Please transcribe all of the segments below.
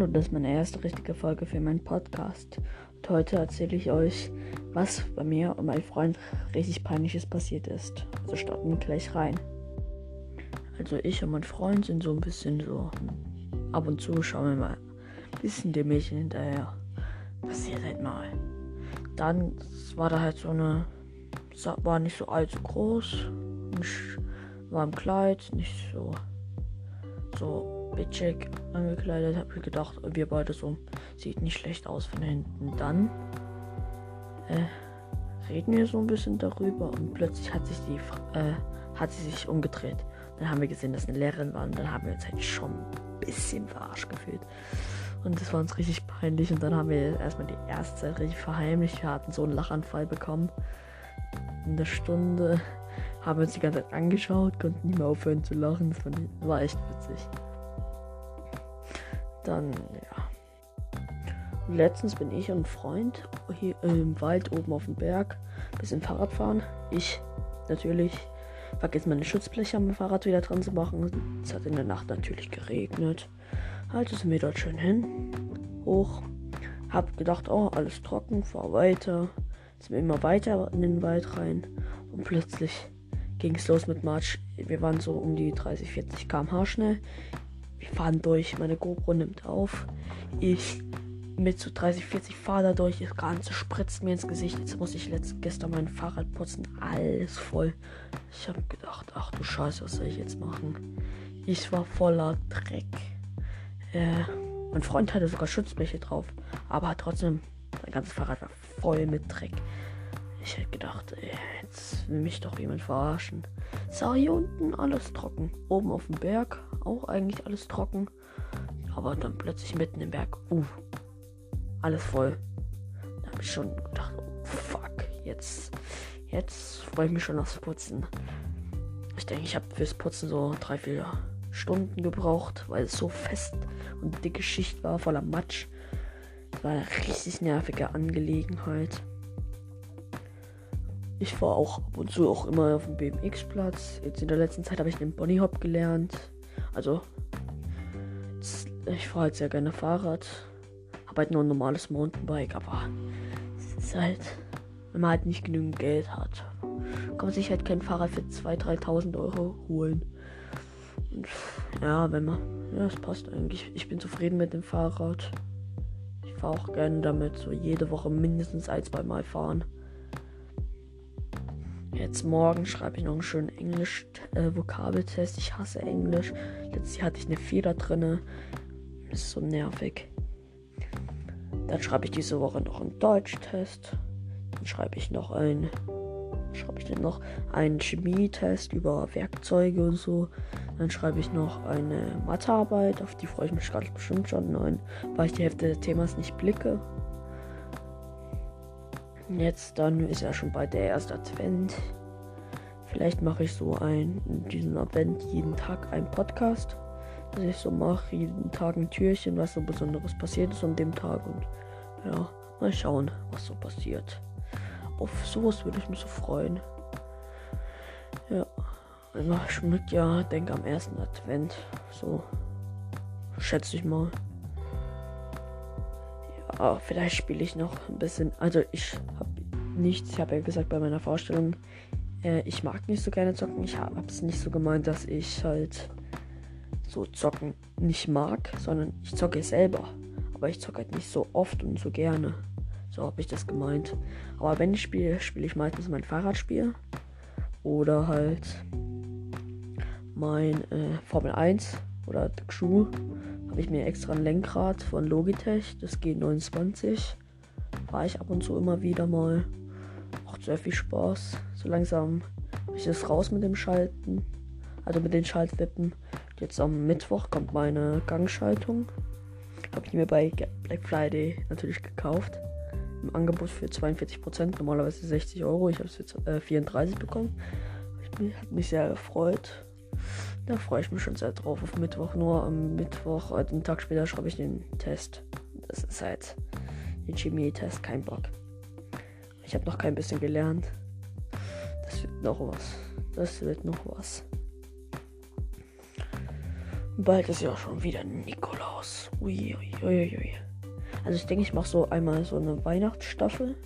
Hallo, das ist meine erste richtige Folge für meinen Podcast. Und heute erzähle ich euch, was bei mir und meinem Freund richtig Peinliches passiert ist. Also starten wir gleich rein. Also ich und mein Freund sind so ein bisschen so, ab und zu schauen wir mal ein bisschen dem Mädchen hinterher. Passiert halt mal. Dann war da halt so eine, war nicht so allzu groß, war im Kleid, nicht so bitchig angekleidet. Hab ich gedacht, wir beide so, sieht nicht schlecht aus von hinten. Dann reden wir so ein bisschen darüber und plötzlich hat sie sich umgedreht. Dann haben wir gesehen, dass eine Lehrerin war und dann haben wir uns halt schon ein bisschen verarscht gefühlt. Und das war uns richtig peinlich und dann haben wir erstmal die erste Zeit richtig verheimlicht. Wir hatten so einen Lachanfall bekommen. In der Stunde haben wir uns die ganze Zeit angeschaut, konnten nicht mehr aufhören zu lachen. Das war echt witzig. Dann, ja. Und letztens bin ich und ein Freund hier im Wald oben auf dem Berg ein bisschen Fahrrad fahren. Ich natürlich vergessen meine Schutzbleche am Fahrrad wieder dran zu machen. Es hat in der Nacht natürlich geregnet. Also sind wir dort schön hin, hoch. Hab gedacht, oh, alles trocken, fahr weiter. Sind wir immer weiter in den Wald rein. Und plötzlich ging es los mit Marsch. Wir waren so um die 30, 40 km/h schnell. Wir fahren durch, meine GoPro nimmt auf. Ich mit so 30, 40 fahre da durch. Das Ganze spritzt mir ins Gesicht. Jetzt muss ich gestern mein Fahrrad putzen. Alles voll. Ich habe gedacht, ach du Scheiße, was soll ich jetzt machen? Ich war voller Dreck. Mein Freund hatte sogar Schutzbleche drauf. Aber trotzdem, sein ganzes Fahrrad war voll mit Dreck. Ich hätte gedacht, jetzt will mich doch jemand verarschen. So, hier unten alles trocken. Oben auf dem Berg auch eigentlich alles trocken. Aber dann plötzlich mitten im Berg, alles voll. Da habe ich schon gedacht, oh, fuck, jetzt freue ich mich schon aufs Putzen. Ich denke, ich habe fürs Putzen so 3-4 Stunden gebraucht, weil es so fest und dicke Schicht war, voller Matsch. Das war eine richtig nervige Angelegenheit. Ich fahre auch ab und zu auch immer auf dem BMX-Platz. Jetzt in der letzten Zeit habe ich den Bunnyhop gelernt. Also, ich fahre halt sehr gerne Fahrrad. Habe halt nur ein normales Mountainbike, aber es ist halt, wenn man halt nicht genügend Geld hat, kann man sich halt kein Fahrrad für 2.000, 3.000 Euro holen. Und ja, es passt eigentlich. Ich bin zufrieden mit dem Fahrrad. Ich fahre auch gerne damit, so jede Woche mindestens 1-2 Mal fahren. Jetzt morgen schreibe ich noch einen schönen Englisch-Vokabeltest. Ich hasse Englisch. Letztes Jahr hatte ich eine Fehler drinne. Das ist so nervig. Dann schreibe ich diese Woche noch einen Deutsch-Test. Dann schreibe ich noch einen Chemie-Test über Werkzeuge und so. Dann schreibe ich noch eine Mathearbeit, auf die freue ich mich ganz bestimmt schon, weil ich die Hälfte des Themas nicht blicke. Jetzt dann ist ja schon bald der erste Advent. Vielleicht mache ich so in diesem Advent jeden Tag einen Podcast. Dass ich so mache, jeden Tag ein Türchen, was so Besonderes passiert ist an dem Tag. Und ja, mal schauen, was so passiert. Auf sowas würde ich mich so freuen. Ja, ich schmückt ja, denke am ersten Advent. So, schätze ich mal. Ja, vielleicht spiele ich noch ein bisschen. Also ich habe ja gesagt bei meiner Vorstellung, ich mag nicht so gerne zocken. Ich habe es nicht so gemeint, dass ich halt so zocken nicht mag, sondern ich zocke selber. Aber ich zocke halt nicht so oft und so gerne. So habe ich das gemeint. Aber wenn ich spiele ich meistens mein Fahrradspiel. Oder halt mein Formel 1 oder The Crew. Habe ich mir extra ein Lenkrad von Logitech, das G29. Fahre ich ab und zu immer wieder mal. Macht sehr viel Spaß. So langsam bin ich das raus mit dem Schalten. Also mit den Schaltwippen. Jetzt am Mittwoch kommt meine Gangschaltung. Habe ich mir bei Black Friday natürlich gekauft. Im Angebot für 42%, normalerweise 60 Euro. Ich habe es für 34 bekommen. Hat mich sehr gefreut. Da freue ich mich schon sehr drauf auf Mittwoch. Nur am Mittwoch, einen Tag später, schreibe ich den Test. Das ist halt den Chemie-Test, kein Bock. Ich habe noch kein bisschen gelernt. Das wird noch was. Bald ist ja schon wieder Nikolaus. Ui. Also ich denke, ich mache so einmal so eine Weihnachtsstaffel.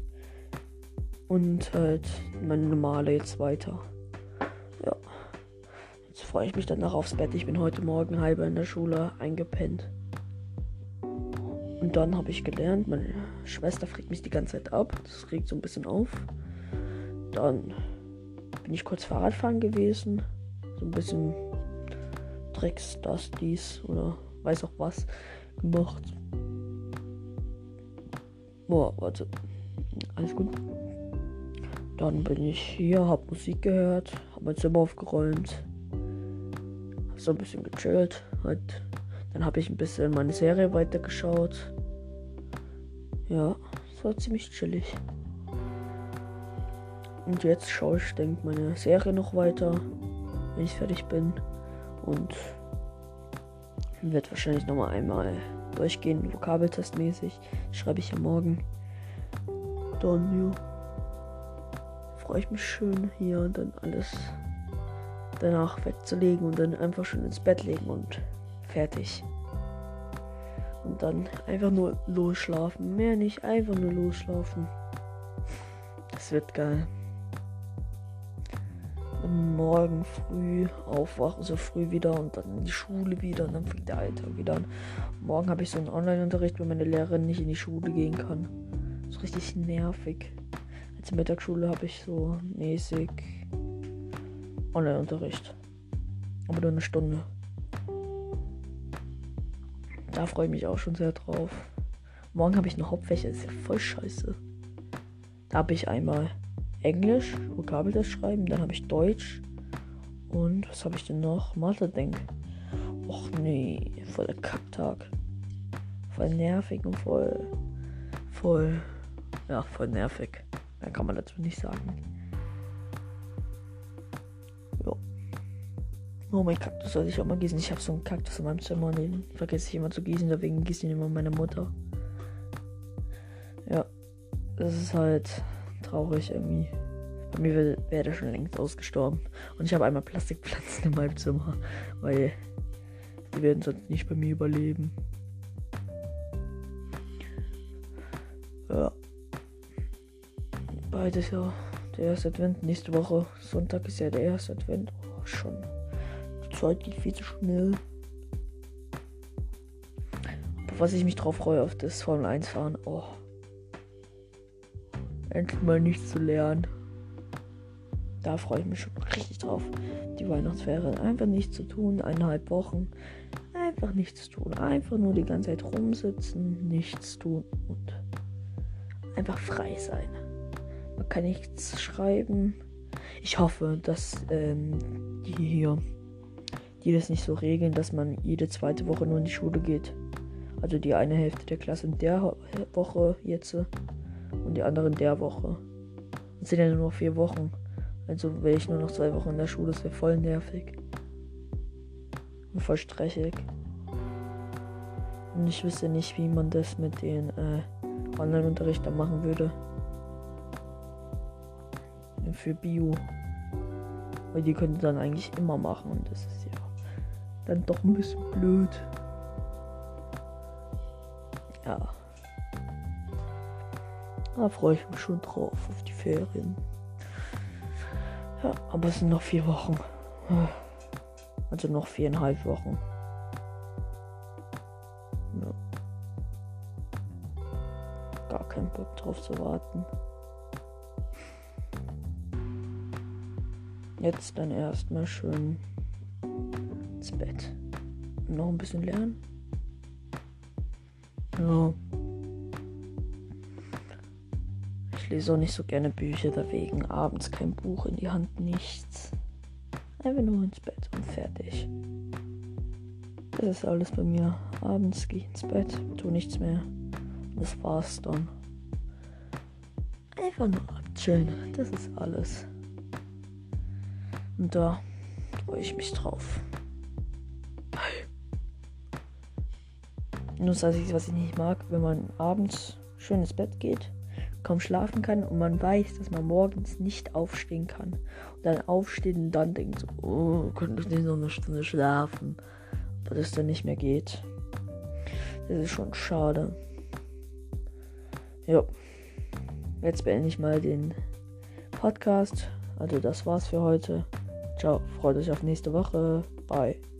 Und halt meine normale jetzt weiter. Ja. Jetzt freue ich mich danach aufs Bett. Ich bin heute Morgen halb in der Schule eingepennt. Und dann habe ich gelernt, meine Schwester fragt mich die ganze Zeit ab. Das regt so ein bisschen auf. Dann bin ich kurz Fahrradfahren gewesen. So ein bisschen Tricks, das, dies oder weiß auch was gemacht. Boah, warte. Alles gut. Dann bin ich hier, hab Musik gehört, hab mein Zimmer aufgeräumt. Hab so ein bisschen gechillt. Halt. Dann habe ich ein bisschen meine Serie weitergeschaut. Ja, es war ziemlich chillig. Und jetzt schaue ich, denke meine Serie noch weiter, wenn ich fertig bin. Und werde wahrscheinlich nochmal einmal durchgehen, Vokabeltestmäßig. Schreibe ich ja morgen. Dann, ja, freue ich mich schön hier und dann alles danach wegzulegen und dann einfach schon ins Bett legen und fertig. Und dann einfach nur losschlafen. Mehr nicht, einfach nur losschlafen. Das wird geil. Und morgen früh aufwachen, so früh wieder und dann in die Schule wieder und dann fängt der Alltag wieder an. Morgen habe ich so einen Online-Unterricht, weil meine Lehrerin nicht in die Schule gehen kann. Das ist richtig nervig. Als Mittagsschule habe ich so mäßig Online-Unterricht. Aber nur eine Stunde. Da freue ich mich auch schon sehr drauf. Morgen habe ich eine Hauptfächer, das ist ja voll scheiße. Da habe ich einmal Englisch, Vokabeltest schreiben, dann habe ich Deutsch und was habe ich denn noch? Mathe, denk. Och nee, voll der Kacktag. Voll nervig und voll nervig. Mehr kann man dazu nicht sagen. Jo. Oh, mein Kaktus soll ich auch mal gießen. Ich habe so einen Kaktus in meinem Zimmer, den vergesse ich immer zu gießen, deswegen gießt ihn immer meine Mutter. Ja, das ist halt traurig irgendwie. Bei mir wäre der schon längst ausgestorben. Und ich habe einmal Plastikpflanzen in meinem Zimmer, weil die werden sonst nicht bei mir überleben. Ja. Bald ist ja der erste Advent. Nächste Woche, Sonntag, ist ja der erste Advent. Oh, schon. Die Zeit geht viel zu schnell. Aber was ich mich drauf freue, auf das Formel 1 fahren. Oh. Endlich mal nichts zu lernen. Da freue ich mich schon richtig drauf. Die Weihnachtsferien. Einfach nichts zu tun. 1,5 Wochen. Einfach nichts tun. Einfach nur die ganze Zeit rumsitzen. Nichts tun. Und einfach frei sein. Man kann nichts schreiben. Ich hoffe, dass die das nicht so regeln, dass man jede zweite Woche nur in die Schule geht. Also die eine Hälfte der Klasse in der Woche jetzt und die andere in der Woche. Das sind ja nur noch 4 Wochen. Also wäre ich nur noch 2 Wochen in der Schule, das wäre voll nervig. Und voll stressig. Und ich wüsste nicht, wie man das mit den Online-Unterricht dann machen würde. Für Bio. Weil die könnte dann eigentlich immer machen und das ist ja dann doch ein bisschen blöd. Ja. Da freue ich mich schon drauf, auf die Ferien. Ja, aber es sind noch 4 Wochen. Also noch 4,5 Wochen. Ja. Gar keinen Bock drauf zu warten. Jetzt dann erstmal schön ins Bett. Und noch ein bisschen lernen. Ja. Ich lese auch nicht so gerne Bücher, deswegen abends kein Buch in die Hand, nichts. Einfach nur ins Bett und fertig. Das ist alles bei mir. Abends gehe ich ins Bett, tue nichts mehr. Das war's dann. Einfach nur abchillen, das ist alles. Und da freue ich mich drauf. Nur was ich nicht mag, wenn man abends schön ins Bett geht, kaum schlafen kann und man weiß, dass man morgens nicht aufstehen kann. Und dann aufsteht und dann denkt so, oh, könnte ich nicht noch eine Stunde schlafen. dass es dann nicht mehr geht. Das ist schon schade. Ja. Jetzt beende ich mal den Podcast. Also das war's für heute. Ciao. Freut euch auf nächste Woche. Bye.